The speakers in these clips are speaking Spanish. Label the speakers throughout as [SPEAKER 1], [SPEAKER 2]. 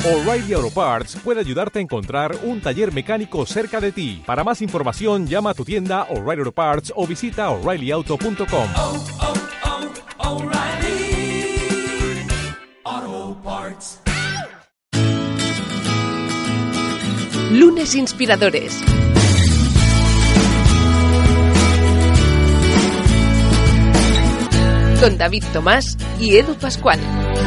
[SPEAKER 1] O'Reilly Auto Parts puede ayudarte a encontrar un taller mecánico cerca de ti. Para más información, llama a tu tienda O'Reilly Auto Parts o visita O'ReillyAuto.com.
[SPEAKER 2] O'Reilly Auto Parts.
[SPEAKER 3] Lunes Inspiradores. Con David Tomás y Edu Pascual.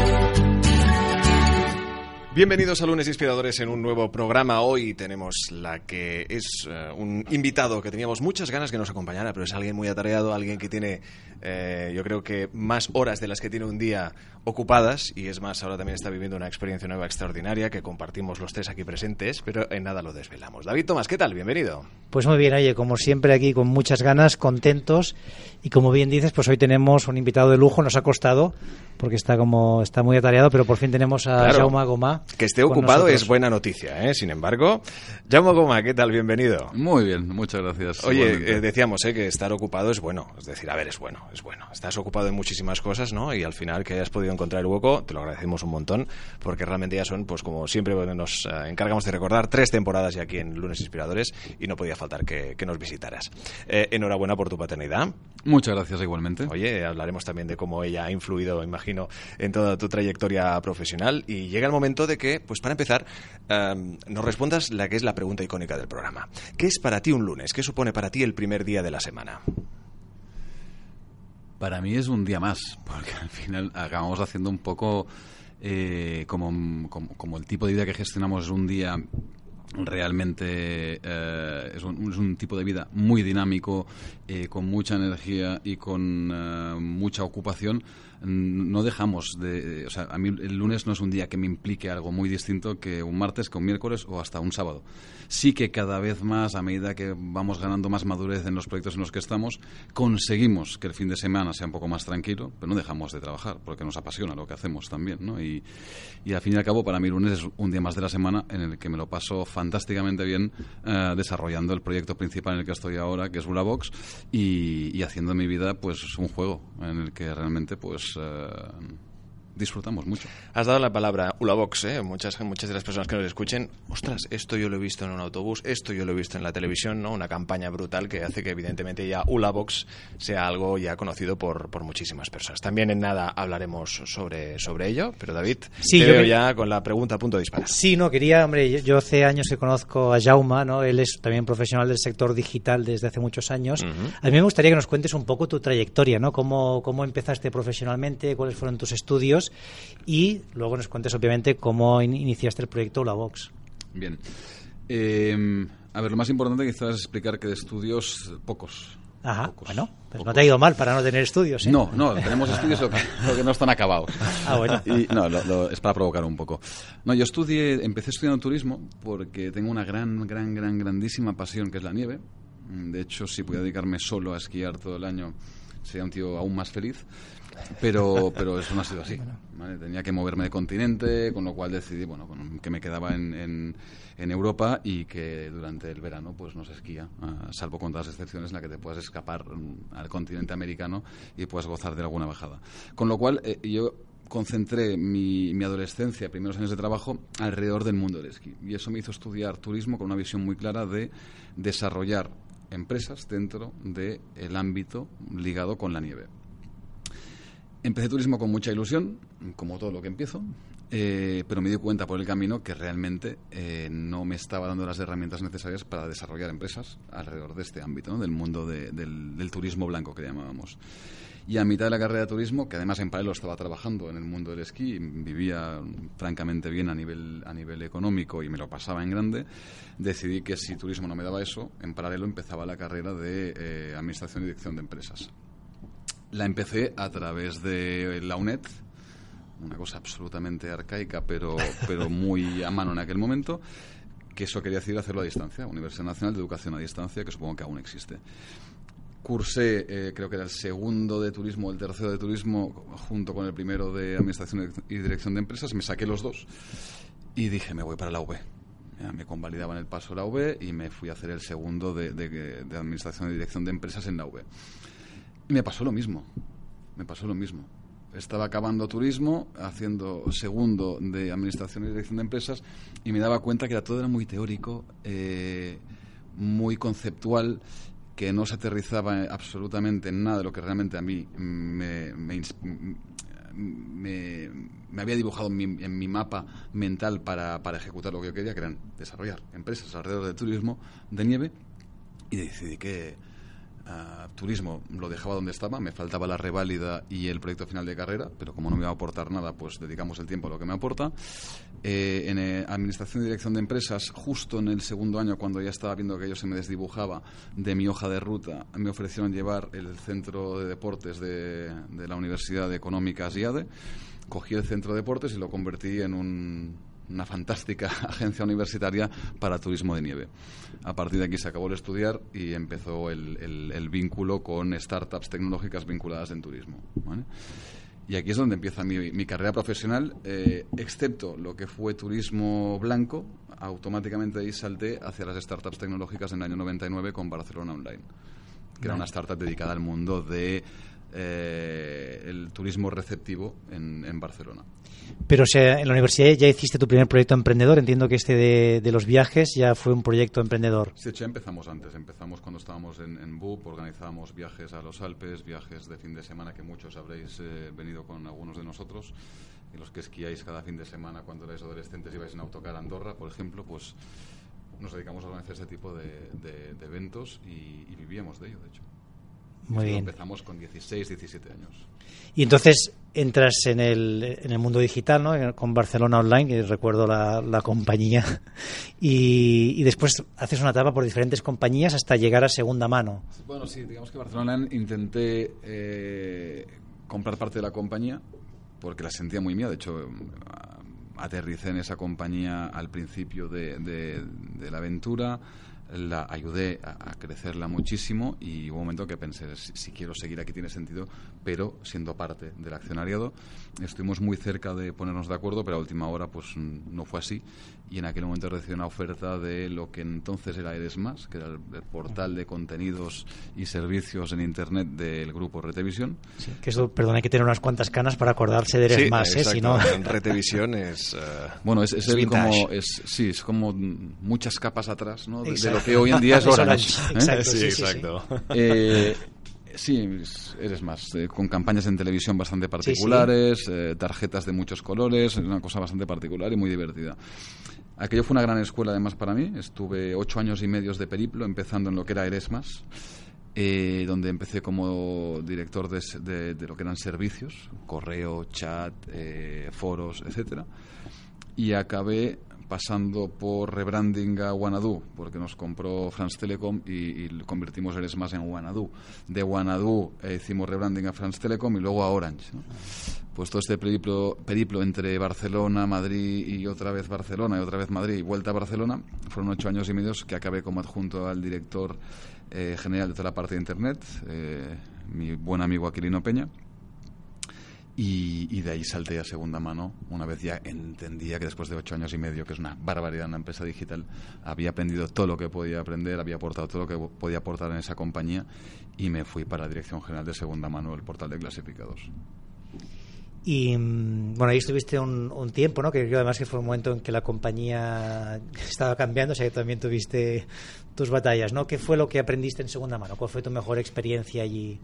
[SPEAKER 4] Bienvenidos a Lunes Inspiradores en un nuevo programa. Hoy tenemos la que es un invitado que teníamos muchas ganas que nos acompañara, pero es alguien muy atareado, alguien que tiene, yo creo que más horas de las que tiene un día ocupadas, y es más, ahora también está viviendo una experiencia nueva extraordinaria que compartimos los tres aquí presentes, pero en nada lo desvelamos. David Tomás, ¿qué tal? Bienvenido.
[SPEAKER 5] Pues muy bien, oye, como siempre aquí con muchas ganas, contentos, y como bien dices, pues hoy tenemos un invitado de lujo. Nos ha costado porque está muy atareado, pero por fin tenemos a Jaume Gomà.
[SPEAKER 4] Que esté ocupado es buena noticia, ¿eh? Sin embargo, Jaume Gomà, ¿qué tal? Bienvenido.
[SPEAKER 6] Muy bien, muchas gracias.
[SPEAKER 4] Oye, decíamos que estar ocupado es bueno, es decir, a ver, es bueno. Estás ocupado en muchísimas cosas, ¿no? Y al final que hayas podido encontrar el hueco, te lo agradecemos un montón, porque realmente ya son, pues como siempre nos encargamos de recordar, 3 temporadas ya aquí en Lunes Inspiradores, y no podía faltar que nos visitaras. Enhorabuena por tu paternidad.
[SPEAKER 6] Muchas gracias, igualmente.
[SPEAKER 4] Oye, hablaremos también de cómo ella ha influido, imagino, en toda tu trayectoria profesional, y llega el momento de que, pues para empezar, nos respondas la que es la pregunta icónica del programa. ¿Qué es para ti un lunes? ¿Qué supone para ti el primer día de la semana?
[SPEAKER 6] Para mí es un día más, porque al final acabamos haciendo un poco como el tipo de vida que gestionamos es un día realmente es un tipo de vida muy dinámico, con mucha energía y con mucha ocupación. No dejamos de... O sea, a mí el lunes no es un día que me implique algo muy distinto que un martes, que un miércoles o hasta un sábado. Sí que cada vez más, a medida que vamos ganando más madurez en los proyectos en los que estamos, conseguimos que el fin de semana sea un poco más tranquilo, pero no dejamos de trabajar, porque nos apasiona lo que hacemos también, ¿no? Y al fin y al cabo, para mí el lunes es un día más de la semana en el que me lo paso fantásticamente bien desarrollando el proyecto principal en el que estoy ahora, que es Ulabox, y haciendo mi vida pues un juego en el que realmente pues disfrutamos mucho.
[SPEAKER 4] Has dado la palabra Ulabox, ¿eh? Muchas de las personas que nos escuchen, ostras, esto yo lo he visto en un autobús, esto yo lo he visto en la televisión, ¿no? Una campaña brutal que hace que evidentemente ya Ulabox sea algo ya conocido por muchísimas personas. También en nada hablaremos sobre ello, pero David,
[SPEAKER 5] sí,
[SPEAKER 4] te veo ya con la pregunta a punto de disparar.
[SPEAKER 5] Sí, no, quería, hombre, yo hace años que conozco a Jaume, ¿no? Él es también profesional del sector digital desde hace muchos años. Uh-huh. A mí me gustaría que nos cuentes un poco tu trayectoria, ¿no? Cómo empezaste profesionalmente, cuáles fueron tus estudios, y luego nos cuentes obviamente cómo iniciaste el proyecto Ulabox.
[SPEAKER 6] Bien. A ver, lo más importante quizás es explicar que de estudios pocos.
[SPEAKER 5] Ajá,
[SPEAKER 6] pocos,
[SPEAKER 5] bueno, pues
[SPEAKER 6] pocos.
[SPEAKER 5] No te ha ido mal para no tener estudios, ¿eh?
[SPEAKER 6] No, tenemos estudios lo que no están acabados.
[SPEAKER 5] Bueno.
[SPEAKER 6] Y no, es para provocar un poco. No, yo empecé estudiando turismo porque tengo una grandísima pasión, que es la nieve. De hecho, si pudiera dedicarme solo a esquiar todo el año, sería un tío aún más feliz. Pero eso no ha sido así, ¿vale? Tenía que moverme de continente, con lo cual decidí que me quedaba en Europa, y que durante el verano pues no se esquía, salvo con todas las excepciones en las que te puedas escapar al continente americano y puedas gozar de alguna bajada. Con lo cual yo concentré mi adolescencia, primeros años de trabajo, alrededor del mundo del esquí, y eso me hizo estudiar turismo con una visión muy clara de desarrollar empresas dentro del ámbito ligado con la nieve. Empecé turismo con mucha ilusión, como todo lo que empiezo, pero me di cuenta por el camino que realmente no me estaba dando las herramientas necesarias para desarrollar empresas alrededor de este ámbito, ¿no? Del mundo del turismo blanco, que llamábamos. Y a mitad de la carrera de turismo, que además en paralelo estaba trabajando en el mundo del esquí, y vivía francamente bien a nivel económico y me lo pasaba en grande, decidí que si turismo no me daba eso, en paralelo empezaba la carrera de Administración y Dirección de Empresas. La empecé a través de la UNED, una cosa absolutamente arcaica, pero muy a mano en aquel momento, que eso quería decir hacerlo a distancia, Universidad Nacional de Educación a Distancia, que supongo que aún existe. Cursé, creo que era el segundo de turismo o el tercero de turismo, junto con el primero de Administración y Dirección de Empresas. Me saqué los dos y dije, me voy para la UB. Ya me convalidaban el paso de la UB y me fui a hacer el segundo de Administración y Dirección de Empresas en la UB. Y me pasó lo mismo. estaba acabando turismo, haciendo segundo de administración y dirección de empresas, y me daba cuenta que todo era muy teórico, muy conceptual, que no se aterrizaba absolutamente en nada de lo que realmente a mí me había dibujado en mi mapa mental para ejecutar lo que yo quería, que eran desarrollar empresas alrededor del turismo de nieve, y decidí que turismo lo dejaba donde estaba, me faltaba la reválida y el proyecto final de carrera, pero como no me iba a aportar nada, pues dedicamos el tiempo a lo que me aporta. En administración y dirección de empresas, justo en el segundo año, cuando ya estaba viendo que aquello se me desdibujaba de mi hoja de ruta, me ofrecieron llevar el centro de deportes de la Universidad de Económicas IADE. Cogí el centro de deportes y lo convertí en una fantástica agencia universitaria para turismo de nieve. A partir de aquí se acabó el estudiar y empezó el vínculo con startups tecnológicas vinculadas en turismo, ¿vale? Y aquí es donde empieza mi carrera profesional, excepto lo que fue turismo blanco. Automáticamente ahí salté hacia las startups tecnológicas en el año 99 con Barcelona Online, que era una startup dedicada al mundo de el turismo receptivo en Barcelona.
[SPEAKER 5] Pero, o sea, en la universidad ya hiciste tu primer proyecto emprendedor. Entiendo que este de los viajes ya fue un proyecto emprendedor.
[SPEAKER 6] Sí, ya empezamos antes. Empezamos cuando estábamos en BUP, organizábamos viajes a los Alpes, viajes de fin de semana, que muchos habréis venido con algunos de nosotros. Y los que esquiáis cada fin de semana cuando erais adolescentes y vais en autocar a Andorra, por ejemplo, pues nos dedicamos a organizar ese tipo de eventos y vivíamos de ello, de hecho.
[SPEAKER 5] Muy bien.
[SPEAKER 6] Empezamos con 16, 17 años.
[SPEAKER 5] Y entonces entras en el mundo digital, ¿no? Con Barcelona Online, que recuerdo la compañía, y después haces una etapa por diferentes compañías hasta llegar a Segunda Mano.
[SPEAKER 6] Bueno, sí, digamos que Barcelona Online intenté comprar parte de la compañía porque la sentía muy mía. De hecho, aterricé en esa compañía al principio de la aventura. La ayudé a crecerla muchísimo y hubo un momento que pensé, si quiero seguir aquí tiene sentido, pero siendo parte del accionariado. Estuvimos muy cerca de ponernos de acuerdo, pero a última hora pues no fue así, y en aquel momento recibí una oferta de lo que entonces era Eresmas, que era el portal de contenidos y servicios en Internet del grupo Retevisión.
[SPEAKER 5] Sí, que eso, perdón, hay que tener unas cuantas canas para acordarse de Eresmas,
[SPEAKER 4] sí,
[SPEAKER 5] si no...
[SPEAKER 4] Retevisión es
[SPEAKER 6] bueno, es como muchas capas atrás, ¿no? De lo que hoy en día es Orange.
[SPEAKER 5] Exacto,
[SPEAKER 4] sí, exacto.
[SPEAKER 6] Sí, eres más, con campañas en televisión bastante particulares, tarjetas de muchos colores, una cosa bastante particular y muy divertida. Aquello fue una gran escuela además para mí. Estuve 8 años y medio de periplo, empezando en lo que era Eresmas, donde empecé como director de lo que eran servicios, correo, chat, foros, etcétera, y acabé pasando por rebranding a Wanadoo, porque nos compró France Telecom y convertimos Eresmas en Wanadoo. De Wanadoo hicimos rebranding a France Telecom y luego a Orange, ¿no? Pues todo este periplo entre Barcelona, Madrid y otra vez Barcelona y otra vez Madrid y vuelta a Barcelona, fueron 8 años y medio que acabé como adjunto al director general de toda la parte de Internet, mi buen amigo Aquilino Peña. Y de ahí salté a Segunda Mano, una vez ya entendía que después de 8 años y medio, que es una barbaridad en una empresa digital, había aprendido todo lo que podía aprender, había aportado todo lo que podía aportar en esa compañía, y me fui para la dirección general de Segunda Mano, el portal de clasificados.
[SPEAKER 5] Y bueno, ahí estuviste un tiempo, ¿no? Que creo además que fue un momento en que la compañía estaba cambiando, o sea que también tuviste tus batallas, ¿no? ¿Qué fue lo que aprendiste en Segunda Mano? ¿Cuál fue tu mejor experiencia allí?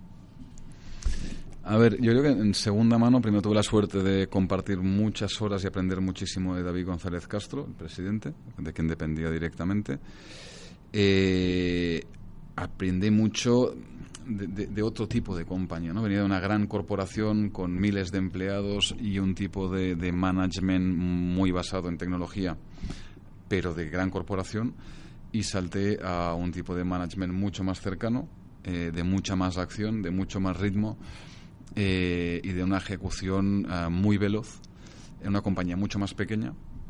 [SPEAKER 6] A ver, yo creo que en Segunda Mano primero tuve la suerte de compartir muchas horas y aprender muchísimo de David González Castro, el presidente, de quien dependía directamente. Aprendí mucho de otro tipo de compañía, ¿no? Venía de una gran corporación con miles de empleados y un tipo de management muy basado en tecnología, pero de gran corporación, y salté a un tipo de management mucho más cercano, de mucha más acción, de mucho más ritmo, y de una ejecución muy veloz en una compañía mucho más pequeña,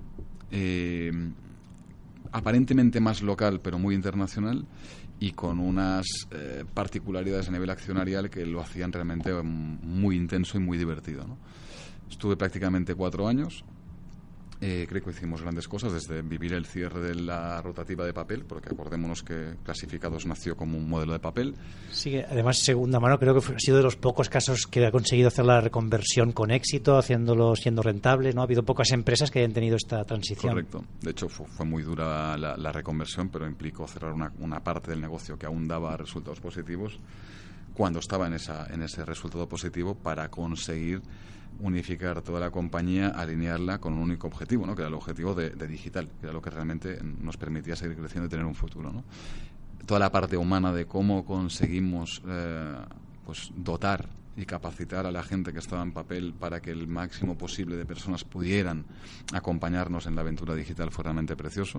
[SPEAKER 6] aparentemente más local pero muy internacional, y con unas particularidades a nivel accionarial que lo hacían realmente muy intenso y muy divertido, ¿no? Estuve prácticamente 4 años. Creo que hicimos grandes cosas, desde vivir el cierre de la rotativa de papel, porque acordémonos que Clasificados nació como un modelo de papel.
[SPEAKER 5] Sí, además, segunda mano, creo que ha sido de los pocos casos que ha conseguido hacer la reconversión con éxito, haciéndolo siendo rentable, ¿no? Ha habido pocas empresas que hayan tenido esta transición.
[SPEAKER 6] Correcto. De hecho, fue muy dura la reconversión, pero implicó cerrar una parte del negocio que aún daba resultados positivos cuando estaba en ese resultado positivo, para conseguir unificar toda la compañía, alinearla con un único objetivo, ¿no? Que era el objetivo de digital, que era lo que realmente nos permitía seguir creciendo y tener un futuro, ¿no? Toda la parte humana de cómo conseguimos pues dotar y capacitar a la gente que estaba en papel para que el máximo posible de personas pudieran acompañarnos en la aventura digital fue realmente precioso.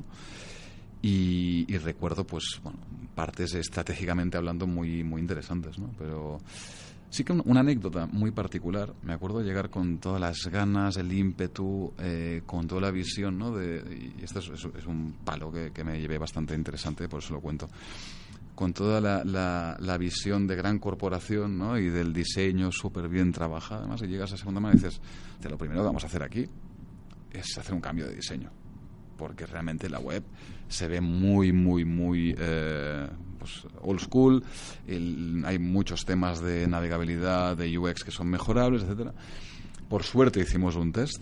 [SPEAKER 6] Y recuerdo, pues, bueno, partes estratégicamente hablando muy, muy interesantes, ¿no? Pero sí que una anécdota muy particular. Me acuerdo llegar con todas las ganas, el ímpetu, con toda la visión, ¿no? Y esto es un palo que me llevé bastante interesante, por eso lo cuento. Con toda la visión de gran corporación, ¿no? Y del diseño súper bien trabajado. Además, y llegas a segunda mano y dices, lo primero que vamos a hacer aquí es hacer un cambio de diseño, porque realmente la web se ve muy, muy, muy pues old school. Hay muchos temas de navegabilidad, de UX que son mejorables, etcétera. Por suerte hicimos un test,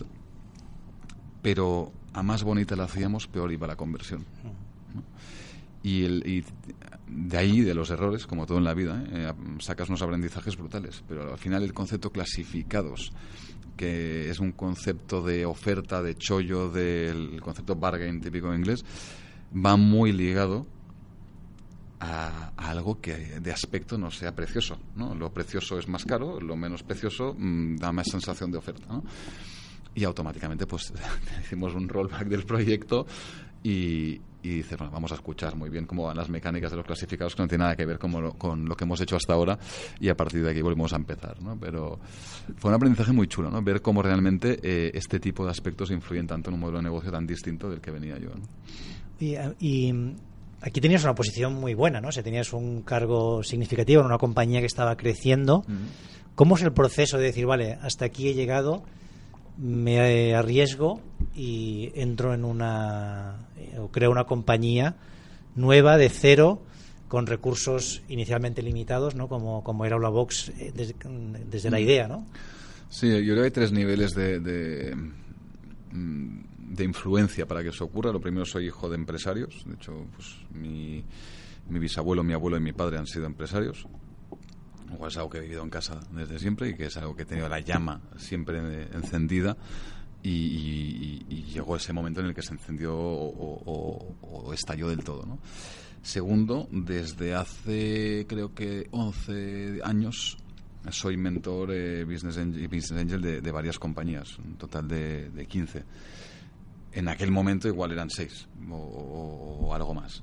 [SPEAKER 6] pero a más bonita la hacíamos, peor iba la conversión, ¿no? Y de ahí, de los errores, como todo en la vida, sacas unos aprendizajes brutales, pero al final el concepto Clasificados, que es un concepto de oferta, de chollo, del concepto bargain típico en inglés, va muy ligado a algo que de aspecto no sea precioso, ¿no? Lo precioso es más caro, lo menos precioso da más sensación de oferta, ¿no? Y automáticamente pues hicimos un rollback del proyecto y dice, bueno, vamos a escuchar muy bien cómo van las mecánicas de los clasificados, que no tiene nada que ver con lo que hemos hecho hasta ahora, y a partir de aquí volvemos a empezar, ¿no? Pero fue un aprendizaje muy chulo, ¿no? Ver cómo realmente este tipo de aspectos influyen tanto en un modelo de negocio tan distinto del que venía yo, ¿no?
[SPEAKER 5] Y aquí tenías una posición muy buena, ¿no? O sea, tenías un cargo significativo en una compañía que estaba creciendo. ¿Cómo es el proceso de decir, vale, hasta aquí he llegado, me arriesgo y entro en o creo una compañía nueva de cero, con recursos inicialmente limitados, ¿no? Como era Aulabox desde la idea, ¿no?
[SPEAKER 6] Sí, yo creo que hay 3 niveles de influencia para que eso ocurra. Lo primero, soy hijo de empresarios. De hecho, pues mi bisabuelo, mi abuelo y mi padre han sido empresarios. O es algo que he vivido en casa desde siempre y que es algo que he tenido la llama siempre encendida, y llegó ese momento en el que se encendió o estalló del todo, ¿no? Segundo, desde hace creo que 11 años soy mentor Business Angel de varias compañías, un total de 15. En aquel momento igual eran 6 o algo más.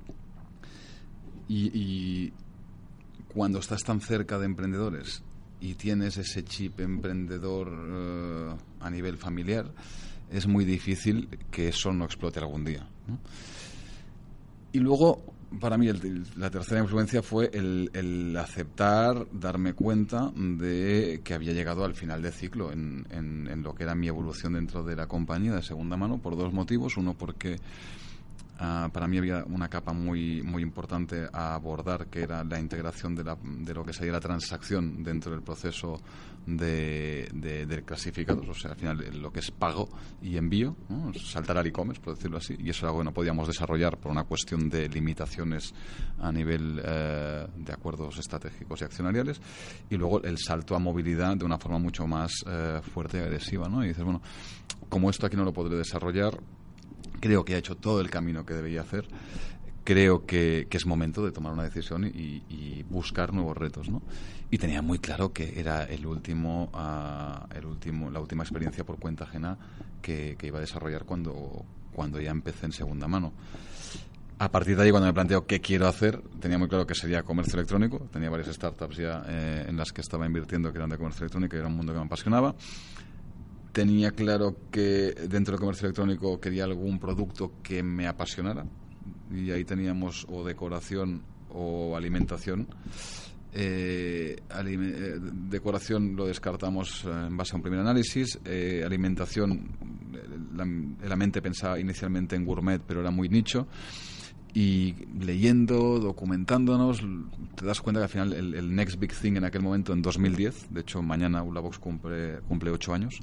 [SPEAKER 6] Y cuando estás tan cerca de emprendedores y tienes ese chip emprendedor a nivel familiar, es muy difícil que eso no explote algún día, ¿no? Y luego, para mí, la tercera influencia fue el aceptar, darme cuenta de que había llegado al final de ciclo en lo que era mi evolución dentro de la compañía de segunda mano, por 2 motivos. Uno, porque para mí había una capa muy, muy importante a abordar, que era la integración de lo que sería la transacción dentro del proceso de clasificados. O sea, al final lo que es pago y envío, ¿no? Saltar al e-commerce, por decirlo así, y eso era algo que no podíamos desarrollar por una cuestión de limitaciones a nivel de acuerdos estratégicos y accionariales. Y luego el salto a movilidad de una forma mucho más fuerte y agresiva, ¿no? Y dices, bueno, como esto aquí no lo podré desarrollar, creo que ha hecho todo el camino que debía hacer. Creo que es momento de tomar una decisión y buscar nuevos retos, ¿no? Y tenía muy claro que era la última experiencia por cuenta ajena que iba a desarrollar cuando ya empecé en segunda mano. A partir de ahí, cuando me planteo qué quiero hacer, tenía muy claro que sería comercio electrónico. Tenía varias startups ya en las que estaba invirtiendo que eran de comercio electrónico y era un mundo que me apasionaba. Tenía claro que dentro del comercio electrónico quería algún producto que me apasionara, y ahí teníamos o decoración o alimentación. Decoración lo descartamos en base a un primer análisis. Alimentación, la mente pensaba inicialmente en gourmet, pero era muy nicho. Y leyendo, documentándonos, te das cuenta que al final el next big thing en aquel momento, en 2010, de hecho mañana Ulabox cumple 8 años,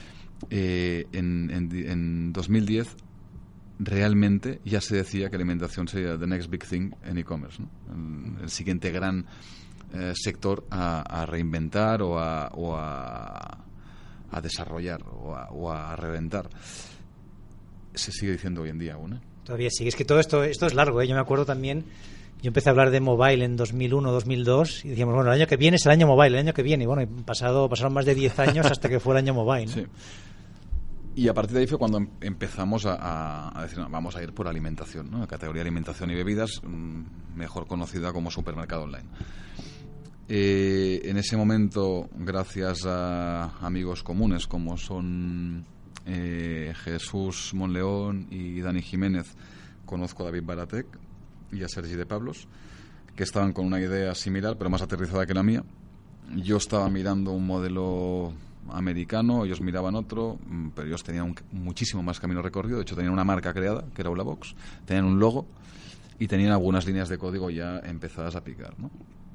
[SPEAKER 6] en 2010 realmente ya se decía que la alimentación sería the next big thing en e-commerce, ¿no? El siguiente gran sector a reinventar o a desarrollar o a reventar. Se sigue diciendo hoy en día aún, ¿eh?
[SPEAKER 5] Todavía sigue. Es que todo esto es largo, ¿eh? Yo me acuerdo también, yo empecé a hablar de mobile en 2001, 2002 y decíamos, bueno, el año que viene es el año mobile, el año que viene. Y bueno, pasaron más de 10 años hasta que fue el año mobile, ¿no?
[SPEAKER 6] Sí. Y a partir de ahí fue cuando empezamos a decir, no, vamos a ir por alimentación, ¿no? La categoría alimentación y bebidas, mejor conocida como supermercado online. En ese momento, gracias a amigos comunes como son Jesús Monleón y Dani Jiménez, conozco a David Baratek y a Sergi de Pablos, que estaban con una idea similar pero más aterrizada que la mía. Yo estaba mirando un modelo americano, ellos miraban otro, pero ellos tenían muchísimo más camino recorrido. De hecho tenían una marca creada que era Ulabox, tenían un logo y tenían algunas líneas de código ya empezadas a picar, ¿no?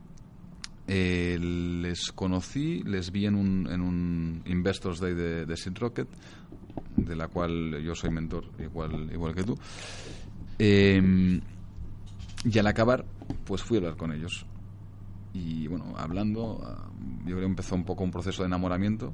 [SPEAKER 6] Les conocí, les vi en un Investors Day de Seed Rocket, de la cual yo soy mentor igual que tú, y al acabar pues fui a hablar con ellos y bueno, hablando, yo creo que empezó un poco un proceso de enamoramiento.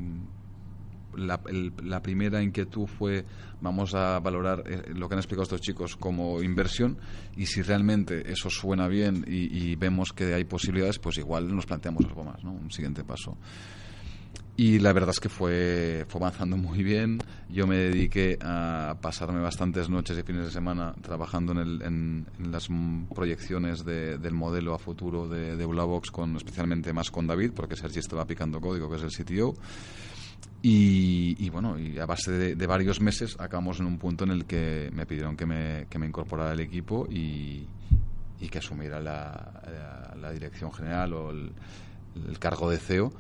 [SPEAKER 6] La primera inquietud fue, vamos a valorar lo que han explicado estos chicos como inversión, y si realmente eso suena bien y vemos que hay posibilidades, pues igual nos planteamos algo más, ¿no? Un siguiente paso. Y la verdad es que fue avanzando muy bien. Yo me dediqué a pasarme bastantes noches y fines de semana trabajando en las proyecciones del modelo a futuro de Ulabox, especialmente más con David, porque Sergi estaba picando código, que es el CTO. Y bueno, y a base de varios meses acabamos en un punto en el que me pidieron que me incorporara al equipo y que asumiera la dirección general o el cargo de CEO,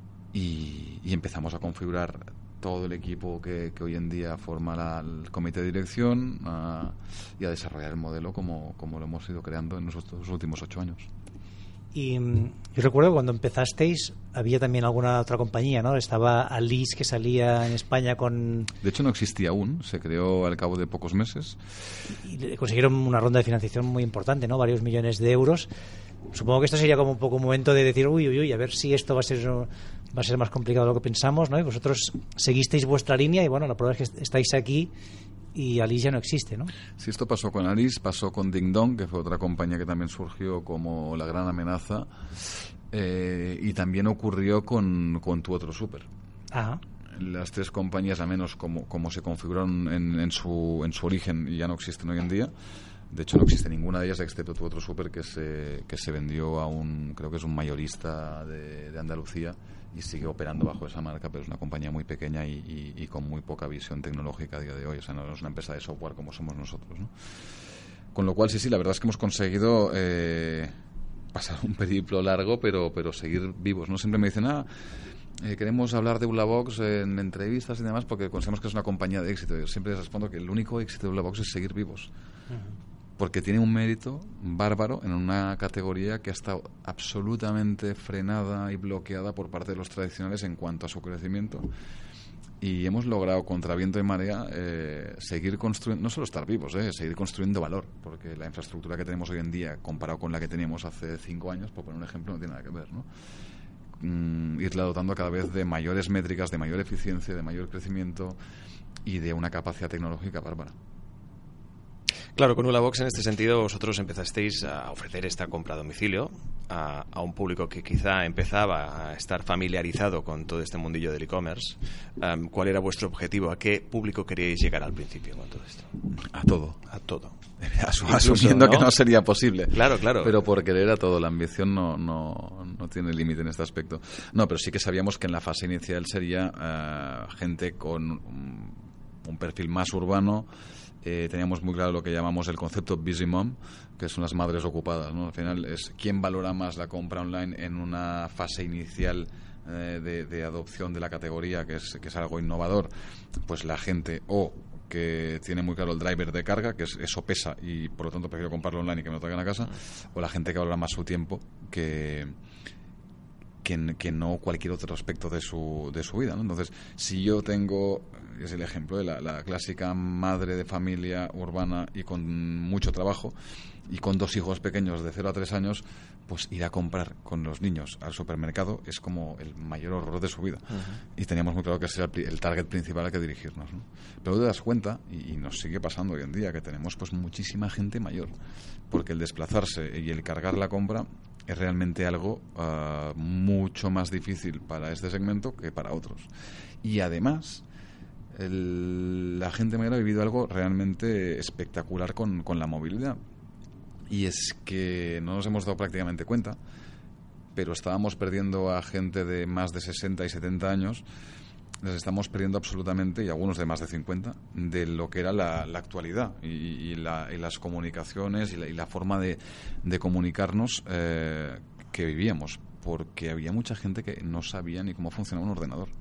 [SPEAKER 6] y empezamos a configurar todo el equipo que hoy en día forma el comité de dirección y a desarrollar el modelo como lo hemos ido creando en los últimos 8 años.
[SPEAKER 5] Y yo recuerdo cuando empezasteis había también alguna otra compañía, ¿no? Estaba Alice, que salía en España con...
[SPEAKER 6] De hecho no existía aún, se creó al cabo de pocos meses.
[SPEAKER 5] Y consiguieron una ronda de financiación muy importante, ¿no? Varios millones de euros. Supongo que esto sería como un poco un momento de decir, uy, a ver si esto va a ser más complicado de lo que pensamos, ¿no? Y vosotros seguisteis vuestra línea y bueno, la prueba es que estáis aquí y Alice ya no existe, ¿no?
[SPEAKER 6] Sí, esto pasó con Alice, pasó con Ding Dong, que fue otra compañía que también surgió como la gran amenaza, y también ocurrió con Tu Otro Súper.
[SPEAKER 5] Ajá.
[SPEAKER 6] Las tres compañías, al menos como se configuraron en su origen, y ya no existen hoy en día. De hecho, no existe ninguna de ellas excepto Tu Otro Súper, que se vendió a creo que es un mayorista de Andalucía, y sigue operando bajo esa marca, pero es una compañía muy pequeña y con muy poca visión tecnológica a día de hoy. O sea, no es una empresa de software como somos nosotros, ¿no? Con lo cual, sí, la verdad es que hemos conseguido pasar un periplo largo, pero seguir vivos, ¿no? Siempre me dicen, queremos hablar de Ulabox en entrevistas y demás porque consideramos que es una compañía de éxito. Yo siempre les respondo que el único éxito de Ulabox es seguir vivos. Uh-huh. Porque tiene un mérito bárbaro en una categoría que ha estado absolutamente frenada y bloqueada por parte de los tradicionales en cuanto a su crecimiento. Y hemos logrado, contra viento y marea, seguir construyendo, no solo estar vivos, seguir construyendo valor. Porque la infraestructura que tenemos hoy en día, comparado con la que teníamos hace 5 años, por poner un ejemplo, no tiene nada que ver, ¿no? Irla dotando cada vez de mayores métricas, de mayor eficiencia, de mayor crecimiento y de una capacidad tecnológica bárbara.
[SPEAKER 4] Claro, con Ulabox en este sentido vosotros empezasteis a ofrecer esta compra a domicilio a un público que quizá empezaba a estar familiarizado con todo este mundillo del e-commerce. ¿Cuál era vuestro objetivo? ¿A qué público queríais llegar al principio con todo esto?
[SPEAKER 6] A todo.
[SPEAKER 4] A todo.
[SPEAKER 6] Asumiendo, ¿no?, que no sería posible.
[SPEAKER 4] Claro.
[SPEAKER 6] Pero por querer a todo. La ambición no tiene límite en este aspecto. No, pero sí que sabíamos que en la fase inicial sería gente con un perfil más urbano, teníamos muy claro lo que llamamos el concepto busy mom, que son las madres ocupadas, ¿no? Al final es quién valora más la compra online en una fase inicial de adopción de la categoría, que es algo innovador. Pues la gente que tiene muy claro el driver de carga, que eso pesa y por lo tanto prefiero comprarlo online y que me lo traigan a casa, o la gente que valora más su tiempo que no cualquier otro aspecto de su vida, ¿no? Entonces, si yo tengo, es el ejemplo de la clásica madre de familia urbana y con mucho trabajo y con 2 hijos pequeños de 0 a 3 años, pues ir a comprar con los niños al supermercado es como el mayor horror de su vida. Y teníamos muy claro que ese era el target principal al que dirigirnos, ¿no? Pero te das cuenta, y nos sigue pasando hoy en día, que tenemos pues muchísima gente mayor, porque el desplazarse y el cargar la compra es realmente algo mucho más difícil para este segmento que para otros. Y además, la gente mayor ha vivido algo realmente espectacular con la movilidad. Y es que no nos hemos dado prácticamente cuenta, pero estábamos perdiendo a gente de más de 60 y 70 años, les estamos perdiendo absolutamente, y algunos de más de 50, de lo que era la actualidad y las comunicaciones y la forma de comunicarnos que vivíamos, porque había mucha gente que no sabía ni cómo funcionaba un ordenador.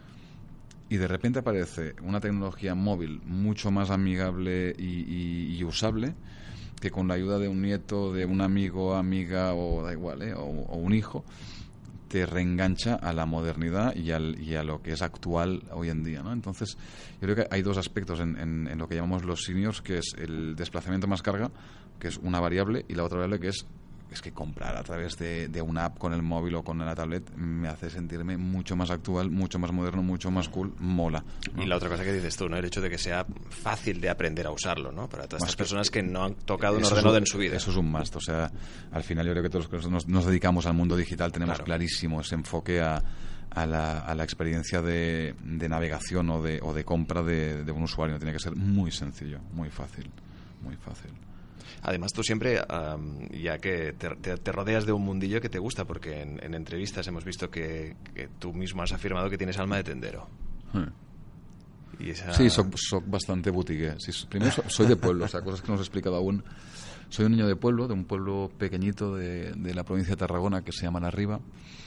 [SPEAKER 6] Y de repente aparece una tecnología móvil mucho más amigable y usable, que con la ayuda de un nieto, de un amigo, amiga, o da igual, o un hijo, te reengancha a la modernidad y a lo que es actual hoy en día, ¿no? Entonces, yo creo que hay 2 aspectos en lo que llamamos los seniors, que es el desplazamiento más carga, que es una variable, y la otra variable que es que comprar a través de una app con el móvil o con la tablet me hace sentirme mucho más actual, mucho más moderno, mucho más cool, mola, ¿no?
[SPEAKER 4] Y la otra cosa que dices tú, ¿no? El hecho de que sea fácil de aprender a usarlo, ¿no? Para todas estas personas que no han tocado un ordenador en su vida.
[SPEAKER 6] Eso es un must. O sea, al final yo creo que todos los que nos dedicamos al mundo digital tenemos clarísimo ese enfoque a la experiencia de navegación o de compra de un usuario. Tiene que ser muy sencillo, muy fácil, muy fácil.
[SPEAKER 4] Además, tú siempre, ya que te rodeas de un mundillo que te gusta, porque en entrevistas hemos visto que tú mismo has afirmado que tienes alma de tendero. Y
[SPEAKER 6] Sí, soy bastante boutique. Sí, primero soy de pueblo, o sea, cosas que no os he explicado aún. Soy un niño de pueblo, de un pueblo pequeñito de la provincia de Tarragona que se llama La Riba.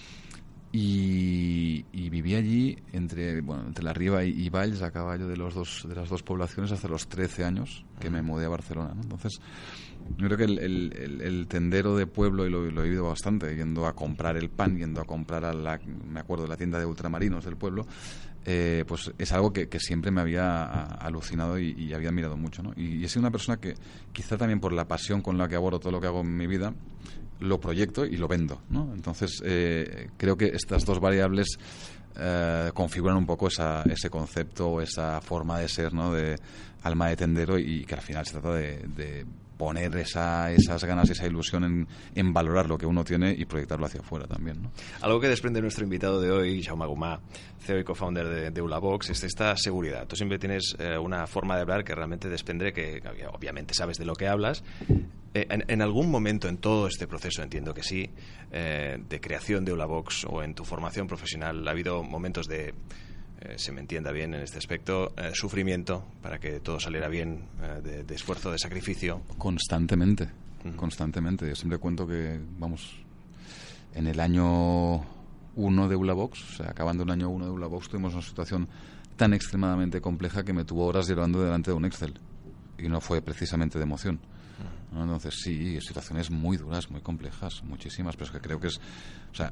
[SPEAKER 6] Y viví allí entre La Riba y Valls, a caballo de las dos poblaciones, hasta los 13 años que me mudé a Barcelona, ¿no? Entonces, yo creo que el tendero de pueblo, y lo he vivido bastante, yendo a comprar el pan, yendo a comprar me acuerdo, la tienda de ultramarinos del pueblo, pues es algo que siempre me había alucinado y había admirado mucho, ¿no? Y he sido una persona que, quizá también por la pasión con la que abordo todo lo que hago en mi vida, lo proyecto y lo vendo, ¿no? Entonces, creo que estas 2 variables configuran un poco ese concepto, esa forma de ser, ¿no? De alma de tendero, y que al final se trata de poner esas ganas y esa ilusión en valorar lo que uno tiene y proyectarlo hacia afuera también, ¿no?
[SPEAKER 4] Algo que desprende nuestro invitado de hoy, Jaume Gomà, CEO y co-founder de Ulabox, es esta seguridad. Tú siempre tienes una forma de hablar que realmente desprende que obviamente sabes de lo que hablas. En algún momento en todo este proceso, entiendo que sí, de creación de Ulabox o en tu formación profesional, ha habido momentos de, se me entienda bien en este aspecto, sufrimiento para que todo saliera bien, de esfuerzo, de sacrificio.
[SPEAKER 6] Constantemente. Yo siempre cuento que, en el año 1 de Ulabox, o sea, acabando el año 1 de Ulabox, tuvimos una situación tan extremadamente compleja que me tuvo horas llorando delante de un Excel. Y no fue precisamente de emoción, ¿no? Entonces, sí, situaciones muy duras, muy complejas, muchísimas, pero es que creo que es, o sea,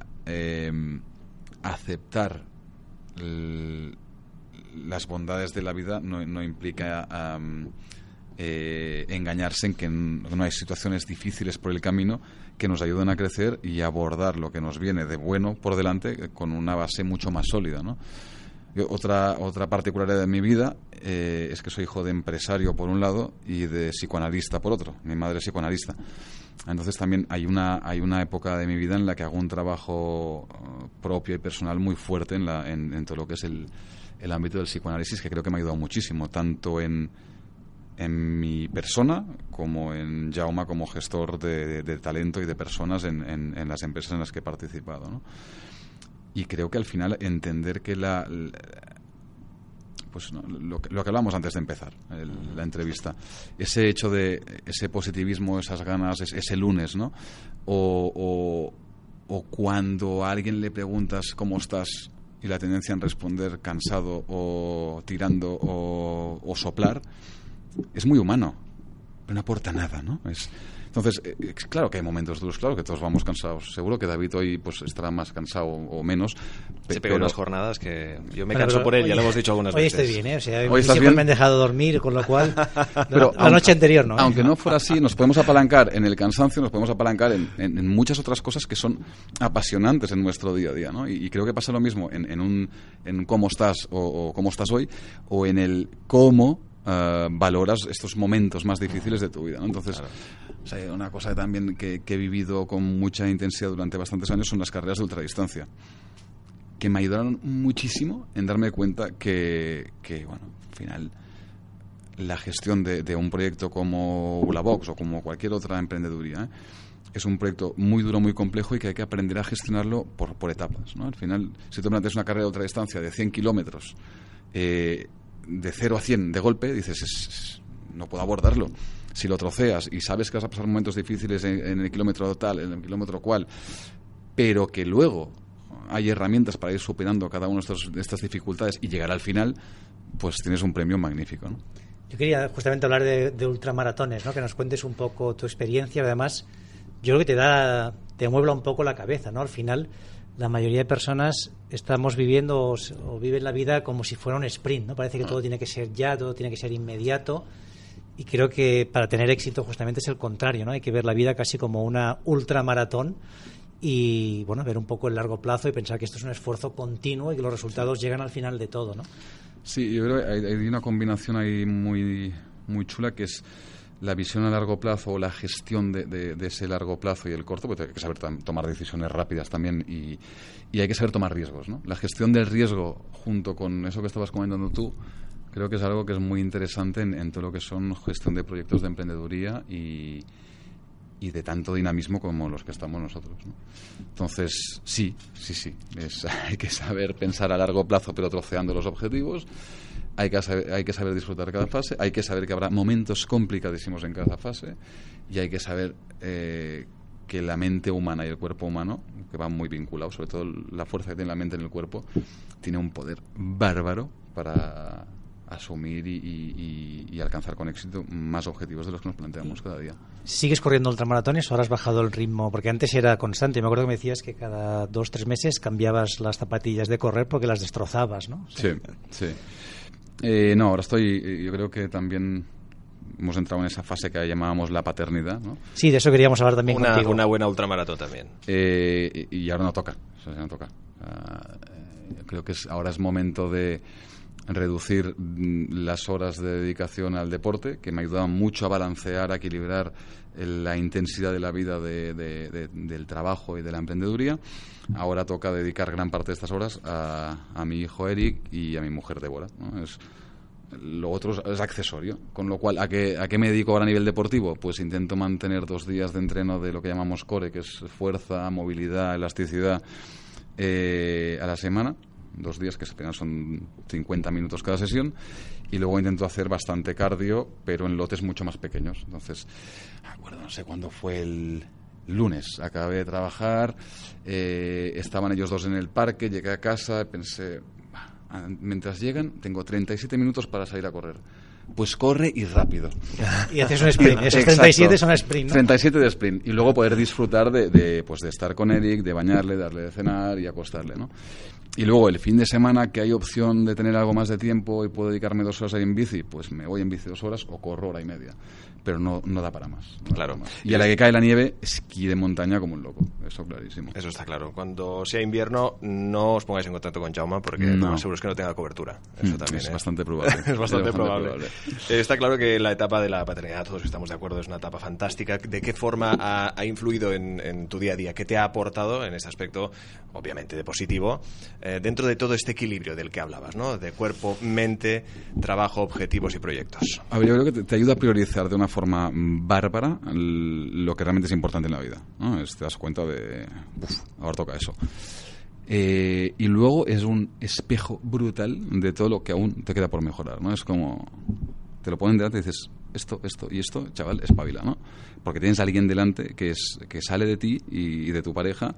[SPEAKER 6] aceptar las bondades de la vida no implica engañarse en que no hay situaciones difíciles por el camino que nos ayuden a crecer y a abordar lo que nos viene de bueno por delante con una base mucho más sólida, ¿no? Otra particularidad de mi vida es que soy hijo de empresario por un lado y de psicoanalista por otro. Mi madre es psicoanalista. Entonces también hay una época de mi vida en la que hago un trabajo propio y personal muy fuerte en todo lo que es el ámbito del psicoanálisis, que creo que me ha ayudado muchísimo, tanto en mi persona como en Jaume como gestor de talento y de personas en las empresas en las que he participado, ¿no? Y creo que al final entender que pues ¿no? lo que hablamos antes de empezar la entrevista, ese hecho de ese positivismo, esas ganas, ese lunes, ¿no? O cuando a alguien le preguntas cómo estás y la tendencia en responder cansado o tirando o soplar, es muy humano, pero no aporta nada, ¿no? Entonces, claro que hay momentos duros, claro que todos vamos cansados. Seguro que David hoy pues estará más cansado o menos.
[SPEAKER 4] Se pega unas jornadas que yo me canso por él, ya lo hemos dicho algunas veces.
[SPEAKER 5] Hoy estoy bien, ¿eh? O sea,
[SPEAKER 6] hoy
[SPEAKER 5] siempre
[SPEAKER 6] bien.
[SPEAKER 5] me han dejado dormir, con lo cual
[SPEAKER 6] Pero
[SPEAKER 5] la noche anterior no.
[SPEAKER 6] Aunque no fuera así, nos podemos apalancar en el cansancio, nos podemos apalancar en muchas otras cosas que son apasionantes en nuestro día a día, ¿no? Y creo que pasa lo mismo en cómo estás o cómo estás hoy, o en el cómo valoras estos momentos más difíciles de tu vida, ¿no? Entonces, claro. O sea, una cosa también que he vivido con mucha intensidad durante bastantes años son las carreras de ultradistancia, que me ayudaron muchísimo en darme cuenta que bueno, al final la gestión de un proyecto como Ulabox o como cualquier otra emprendeduría es un proyecto muy duro, muy complejo y que hay que aprender a gestionarlo por etapas, ¿no? Al final, si tú planteas una carrera de ultradistancia de 100 kilómetros de 0 a 100 de golpe, dices, no puedo abordarlo. Si lo troceas y sabes que vas a pasar momentos difíciles en el kilómetro tal, en el kilómetro cual, pero que luego hay herramientas para ir superando cada una de estas dificultades y llegar al final, pues tienes un premio magnífico, ¿no?
[SPEAKER 5] Yo quería justamente hablar de ultramaratones, ¿no? Que nos cuentes un poco tu experiencia. Además, yo creo que te muebla un poco la cabeza, ¿no? Al final, la mayoría de personas estamos viviendo o viven la vida como si fuera un sprint, ¿no? Parece que todo tiene que ser ya, todo tiene que ser inmediato. Y creo que para tener éxito justamente es el contrario, ¿no? Hay que ver la vida casi como una ultramaratón y, bueno, ver un poco el largo plazo y pensar que esto es un esfuerzo continuo y que los resultados llegan al final de todo, ¿no?
[SPEAKER 6] Sí, yo creo que hay una combinación ahí muy, muy chula, que es la visión a largo plazo o la gestión de ese largo plazo y el corto, porque hay que saber tomar decisiones rápidas también y hay que saber tomar riesgos, ¿no? La gestión del riesgo junto con eso que estabas comentando tú, creo que es algo que es muy interesante en todo lo que son gestión de proyectos de emprendeduría y de tanto dinamismo como los que estamos nosotros, ¿no? Entonces, sí. Hay que saber pensar a largo plazo, pero troceando los objetivos. Hay que saber disfrutar cada fase. Hay que saber que habrá momentos complicadísimos en cada fase. Y hay que saber que la mente humana y el cuerpo humano, que van muy vinculados, sobre todo la fuerza que tiene la mente en el cuerpo, tiene un poder bárbaro para asumir y alcanzar con éxito más objetivos de los que nos planteamos cada día.
[SPEAKER 5] ¿Sigues corriendo ultramaratones o ahora has bajado el ritmo? Porque antes era constante. Me acuerdo que me decías que cada 2-3 meses cambiabas las zapatillas de correr porque las destrozabas, ¿no? O sea,
[SPEAKER 6] sí. No, ahora yo creo que también hemos entrado en esa fase que llamábamos la paternidad, ¿no?
[SPEAKER 5] Sí, de eso queríamos hablar también contigo.
[SPEAKER 4] Una buena ultramaratón también.
[SPEAKER 6] Y ahora no toca. O sea, no toca. Creo que ahora es momento de reducir las horas de dedicación al deporte, que me ayudaban mucho a balancear, a equilibrar la intensidad de la vida del trabajo y de la emprendeduría. Ahora toca dedicar gran parte de estas horas a mi hijo Eric y a mi mujer Débora, ¿no? Lo otro es accesorio, con lo cual ¿a qué me dedico ahora a nivel deportivo? Pues intento mantener 2 días de entreno de lo que llamamos core, que es fuerza, movilidad, elasticidad, a la semana. 2 días que apenas son 50 minutos cada sesión, y luego intento hacer bastante cardio, pero en lotes mucho más pequeños. Entonces, no sé cuándo fue el lunes, acabé de trabajar, estaban ellos 2 en el parque, llegué a casa, pensé, mientras llegan tengo 37 minutos para salir a correr. Pues corre y rápido.
[SPEAKER 5] Y haces un sprint. Esos 37 son sprint, ¿no?
[SPEAKER 6] 37 de sprint. Y luego poder disfrutar de estar con Eric, de bañarle, darle de cenar y acostarle, ¿no? Y luego el fin de semana, que hay opción de tener algo más de tiempo y puedo dedicarme 2 horas ahí en bici, pues me voy en bici 2 horas o corro 1 hora y media. Pero no da para más.
[SPEAKER 4] Claro.
[SPEAKER 6] Y a la que cae la nieve, esquí de montaña como un loco. Eso clarísimo.
[SPEAKER 4] Eso está claro. Cuando sea invierno, no os pongáis en contacto con Jaume porque lo más seguro es que no tenga cobertura. Eso también
[SPEAKER 6] es bastante probable.
[SPEAKER 4] Es bastante probable. Está claro que la etapa de la paternidad, todos estamos de acuerdo, es una etapa fantástica. ¿De qué forma ha influido en tu día a día? ¿Qué te ha aportado en ese aspecto, obviamente de positivo, dentro de todo este equilibrio del que hablabas, ¿no? De cuerpo, mente, trabajo, objetivos y proyectos?
[SPEAKER 6] A ver, yo creo que te ayuda a priorizar de una forma bárbara lo que realmente es importante en la vida, ¿no? Te das cuenta de, ahora toca eso. Y luego es un espejo brutal de todo lo que aún te queda por mejorar, ¿no? Es como... te lo ponen delante y dices, esto y esto, chaval, espabila, ¿no? Porque tienes a alguien delante que sale de ti y de tu pareja,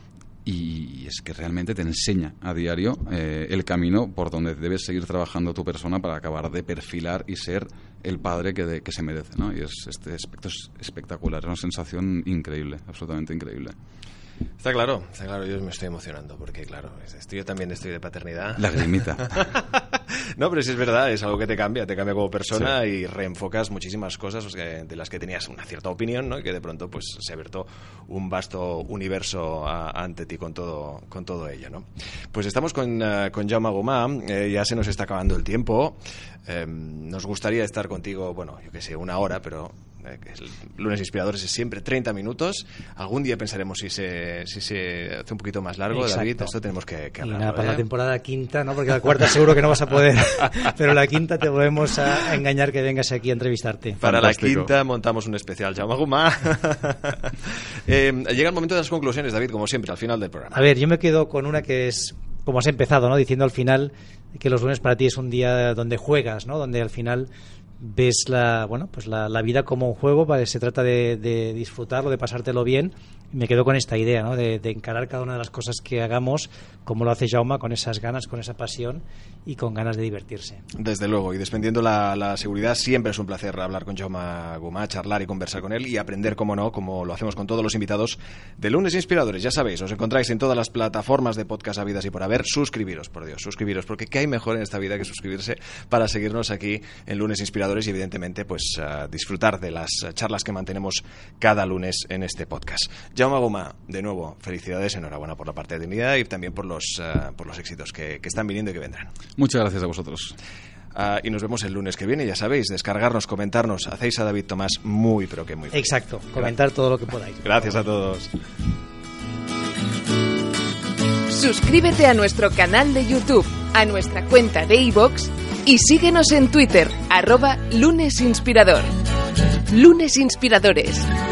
[SPEAKER 6] y es que realmente te enseña a diario el camino por donde debes seguir trabajando tu persona para acabar de perfilar y ser el padre que se merece, ¿no? Y este aspecto es espectacular, es una sensación increíble, absolutamente increíble.
[SPEAKER 4] Está claro, yo me estoy emocionando porque, claro, yo también estoy de paternidad.
[SPEAKER 6] Lagrimita.
[SPEAKER 4] No, pero sí es verdad, es algo que te cambia como persona, sí. Y reenfocas muchísimas cosas de las que tenías una cierta opinión, ¿no? Y que de pronto pues se ha abierto un vasto universo ante ti con todo ello, ¿no? Pues estamos con Jaume Gomà, ya se nos está acabando el tiempo. Nos gustaría estar contigo, bueno, yo qué sé, 1 hora, pero Lunes Inspiradores es siempre 30 minutos. Algún día pensaremos si se hace un poquito más largo. Exacto. David, esto tenemos que hablarlo.
[SPEAKER 5] Y nada, para la temporada quinta, ¿no? Porque la cuarta seguro que no vas a poder, pero la quinta te podemos engañar que vengas aquí a entrevistarte.
[SPEAKER 4] Para Fantástico. La quinta montamos un especial. Jaume Gomà. Llega el momento de las conclusiones, David, como siempre, al final del programa.
[SPEAKER 5] A ver, yo me quedo con una que es, como has empezado, ¿no? Diciendo al final que los lunes para ti es un día donde juegas, ¿no? Donde al final ves la vida como un juego, se trata de disfrutarlo, de pasártelo bien. Me quedo con esta idea, ¿no? De encarar cada una de las cosas que hagamos como lo hace Jaume, con esas ganas, con esa pasión y con ganas de divertirse.
[SPEAKER 4] Desde luego, y defendiendo la seguridad, siempre es un placer hablar con Jaume Gomà, charlar y conversar con él y aprender, como no, como lo hacemos con todos los invitados de Lunes Inspiradores. Ya sabéis, os encontráis en todas las plataformas de podcast habidas y por haber. Suscribiros, por Dios, suscribiros, porque ¿qué hay mejor en esta vida que suscribirse para seguirnos aquí en Lunes Inspiradores y evidentemente pues disfrutar de las charlas que mantenemos cada lunes en este podcast? Jaume Gomà, de nuevo, felicidades, enhorabuena por la paternidad y también por los éxitos que están viniendo y que vendrán.
[SPEAKER 6] Muchas gracias a vosotros.
[SPEAKER 4] Y nos vemos el lunes que viene, ya sabéis, descargarnos, comentarnos, hacéis a David Tomás muy, pero que muy feliz.
[SPEAKER 5] Exacto, comentar todo lo que podáis.
[SPEAKER 4] Gracias a todos.
[SPEAKER 3] Suscríbete a nuestro canal de YouTube, a nuestra cuenta de iVoox y síguenos en Twitter, @lunesinspirador. Lunes Inspiradores.